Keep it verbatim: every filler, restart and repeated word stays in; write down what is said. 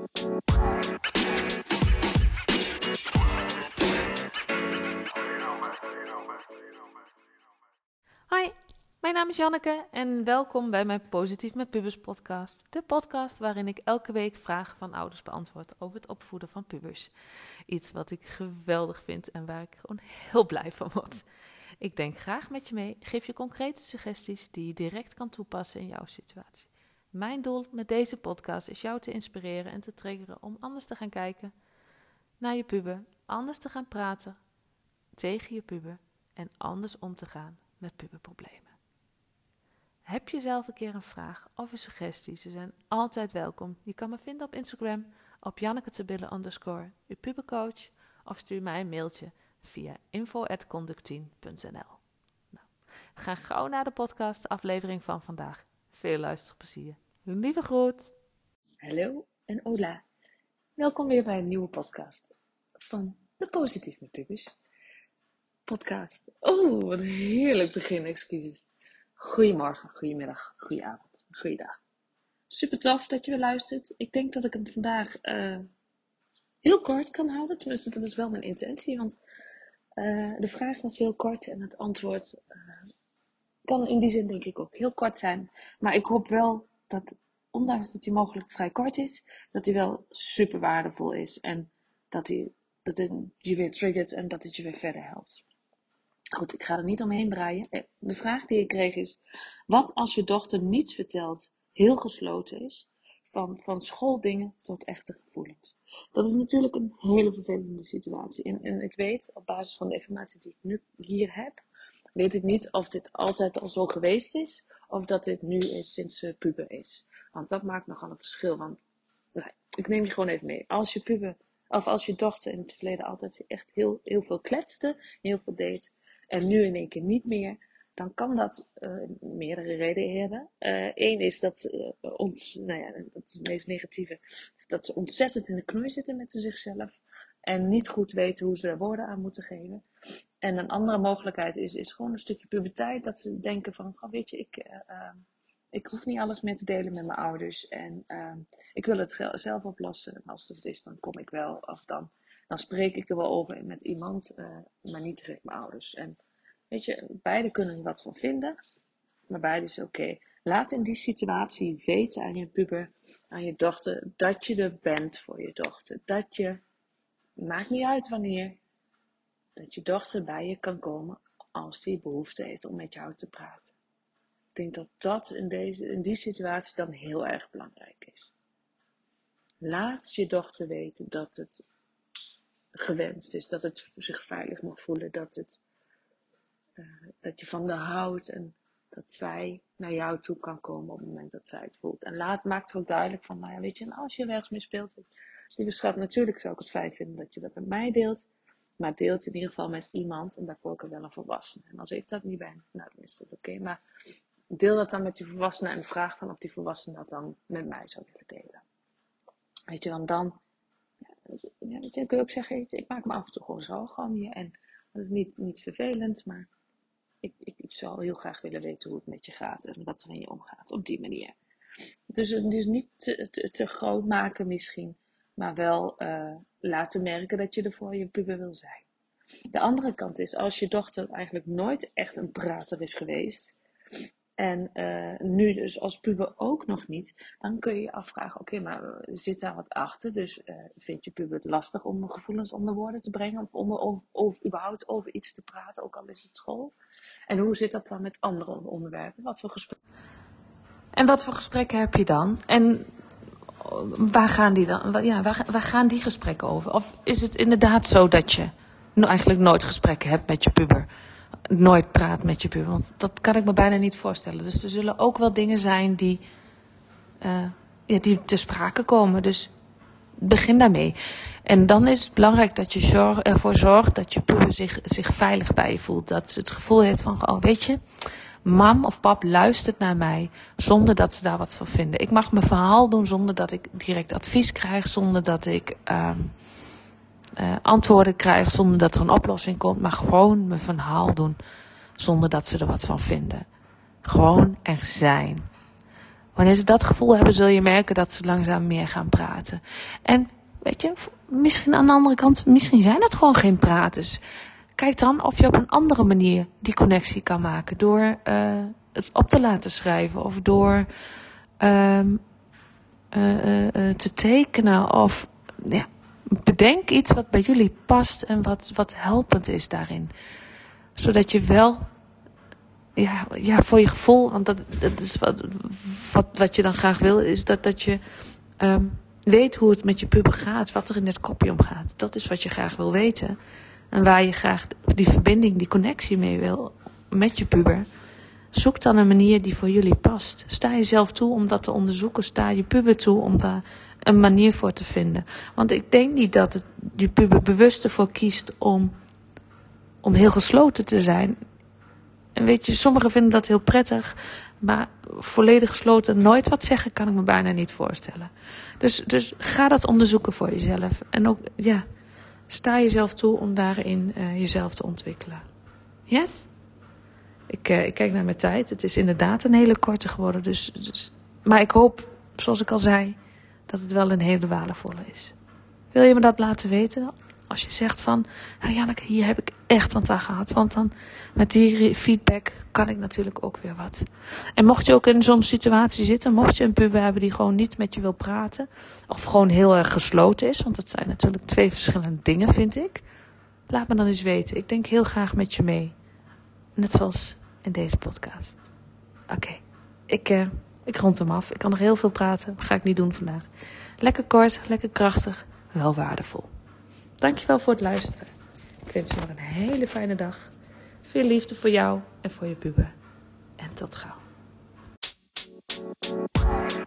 Hoi, mijn naam is Janneke en welkom bij mijn Positief met Pubers podcast. De podcast waarin ik elke week vragen van ouders beantwoord over het opvoeden van pubers. Iets wat ik geweldig vind en waar ik gewoon heel blij van word. Ik denk graag met je mee, geef je concrete suggesties die je direct kan toepassen in jouw situatie. Mijn doel met deze podcast is jou te inspireren en te triggeren om anders te gaan kijken naar je puber, anders te gaan praten tegen je puber en anders om te gaan met puberproblemen. Heb je zelf een keer een vraag of een suggestie? Ze zijn altijd welkom. Je kan me vinden op Instagram op janneketebille underscore uw pubercoach of stuur mij een mailtje via info at conductien punt n l. Nou, we gaan gauw naar de podcast, de aflevering van vandaag. Veel luisterplezier. Lieve groet. Hallo en hola. Welkom weer bij een nieuwe podcast van de Positief met Pubers podcast. Oh, wat een heerlijk begin, excuses. Goedemorgen, goedemiddag, goedenavond, goeiedag. Super tof dat je weer luistert. Ik denk dat ik hem vandaag uh, heel kort kan houden. Tenminste, dat is wel mijn intentie, want uh, de vraag was heel kort en het antwoord uh, kan in die zin denk ik ook heel kort zijn. Maar ik hoop wel dat, ondanks dat hij mogelijk vrij kort is, dat hij wel super waardevol is en dat hij dat het je weer triggert en dat het je weer verder helpt. Goed, ik ga er niet omheen draaien. De vraag die ik kreeg is, wat als je dochter niets vertelt, heel gesloten is, van, van schooldingen tot echte gevoelens? Dat is natuurlijk een hele vervelende situatie. En, en ik weet, op basis van de informatie die ik nu hier heb, weet ik niet of dit altijd al zo geweest is, of dat dit nu is sinds ze puber is. Want dat maakt nogal een verschil. Want nou, ik neem je gewoon even mee. Als je puber, of als je dochter in het verleden altijd echt heel, heel veel kletste, heel veel deed, en nu in één keer niet meer, dan kan dat uh, meerdere redenen hebben. Eén uh, is dat uh, ons, nou ja, dat is het meest negatieve, is dat ze ontzettend in de knoei zitten met zichzelf en niet goed weten hoe ze daar woorden aan moeten geven. En een andere mogelijkheid is, is gewoon een stukje puberteit, dat ze denken van, oh, weet je, ik, uh, uh, ik hoef niet alles meer te delen met mijn ouders en uh, ik wil het zelf oplossen. En als het is, dan kom ik wel, of dan, dan spreek ik er wel over met iemand, uh, maar niet direct mijn ouders. En weet je, beide kunnen er wat van vinden, maar beide is oké. Okay. Laat in die situatie weten aan je puber, aan je dochter, dat je er bent voor je dochter. Dat je, maakt niet uit wanneer, dat je dochter bij je kan komen als die behoefte heeft om met jou te praten. Ik denk dat dat in, deze, in die situatie dan heel erg belangrijk is. Laat je dochter weten dat het gewenst is, dat het zich veilig mag voelen, dat, het, uh, dat je van haar houdt en dat zij naar jou toe kan komen op het moment dat zij het voelt. En laat, maak er ook duidelijk van, nou ja, weet je, en als je ergens mee speelt, lieve schat, natuurlijk zou ik het fijn vinden dat je dat met mij deelt, maar deelt in ieder geval met iemand en bij voorkeur wel een volwassene. En als ik dat niet ben, nou dan is dat oké, okay, maar deel dat dan met die volwassene en vraag dan of die volwassene dat dan met mij zou willen delen. Weet je, want dan, ja, weet je, dan kun je ook zeggen, weet je, ik maak me af en toe gewoon zorgen om je en dat is niet, niet vervelend, maar ik, ik, ik zou heel graag willen weten hoe het met je gaat en wat er in je omgaat, op die manier. Dus, dus niet te, te, te groot maken misschien, maar wel uh, laten merken dat je er voor je puber wil zijn. De andere kant is, als je dochter eigenlijk nooit echt een prater is geweest, en uh, nu dus als puber ook nog niet, dan kun je je afvragen, oké, okay, maar zit daar wat achter? Dus uh, vind je puber het lastig om gevoelens onder woorden te brengen, of om over, over, überhaupt over iets te praten, ook al is het school? En hoe zit dat dan met andere onderwerpen? Wat voor gesprekken? En wat voor gesprekken heb je dan? En waar gaan die dan? Ja, waar, waar gaan die gesprekken over? Of is het inderdaad zo dat je nou eigenlijk nooit gesprekken hebt met je puber? Nooit praat met je puber? Want dat kan ik me bijna niet voorstellen. Dus er zullen ook wel dingen zijn die, uh, ja, die te sprake komen. Dus begin daarmee. En dan is het belangrijk dat je zorg, ervoor zorgt dat je puber zich, zich veilig bij je voelt. Dat ze het gevoel heeft van, oh weet je, mam of pap luistert naar mij zonder dat ze daar wat van vinden. Ik mag mijn verhaal doen zonder dat ik direct advies krijg, zonder dat ik uh, uh, antwoorden krijg, zonder dat er een oplossing komt. Maar gewoon mijn verhaal doen zonder dat ze er wat van vinden. Gewoon er zijn. Wanneer ze dat gevoel hebben, zul je merken dat ze langzaam meer gaan praten. En weet je, misschien aan de andere kant, misschien zijn het gewoon geen praters. Kijk dan of je op een andere manier die connectie kan maken. Door uh, het op te laten schrijven. Of door um, uh, uh, uh, te tekenen. Of ja, bedenk iets wat bij jullie past. En wat, wat helpend is daarin. Zodat je wel, ja, ja voor je gevoel. Want dat, dat is wat, wat, wat je dan graag wil. Is dat, dat je um, weet hoe het met je puber gaat. Wat er in het kopje omgaat. Dat is wat je graag wil weten. En waar je graag die verbinding, die connectie mee wil met je puber. Zoek dan een manier die voor jullie past. Sta jezelf toe om dat te onderzoeken. Sta je puber toe om daar een manier voor te vinden. Want ik denk niet dat het, je puber bewust ervoor kiest om, om heel gesloten te zijn. En weet je, sommigen vinden dat heel prettig. Maar volledig gesloten, nooit wat zeggen, kan ik me bijna niet voorstellen. Dus, dus ga dat onderzoeken voor jezelf. En ook, ja... Sta jezelf toe om daarin uh, jezelf te ontwikkelen. Yes? Ik, uh, ik kijk naar mijn tijd. Het is inderdaad een hele korte geworden. Dus, dus, maar ik hoop, zoals ik al zei, dat het wel een hele waardevolle is. Wil je me dat laten weten? Als je zegt van, nou Janneke, hier heb ik echt wat aan gehad. Want dan met die feedback kan ik natuurlijk ook weer wat. En mocht je ook in zo'n situatie zitten, mocht je een puber hebben die gewoon niet met je wil praten. Of gewoon heel erg gesloten is. Want het zijn natuurlijk twee verschillende dingen, vind ik. Laat me dan eens weten. Ik denk heel graag met je mee. Net zoals in deze podcast. Oké, okay. ik, uh, ik rond hem af. Ik kan nog heel veel praten. Dat ga ik niet doen vandaag. Lekker kort, lekker krachtig, wel waardevol. Dankjewel voor het luisteren. Ik wens je nog een hele fijne dag. Veel liefde voor jou en voor je puber. En tot gauw.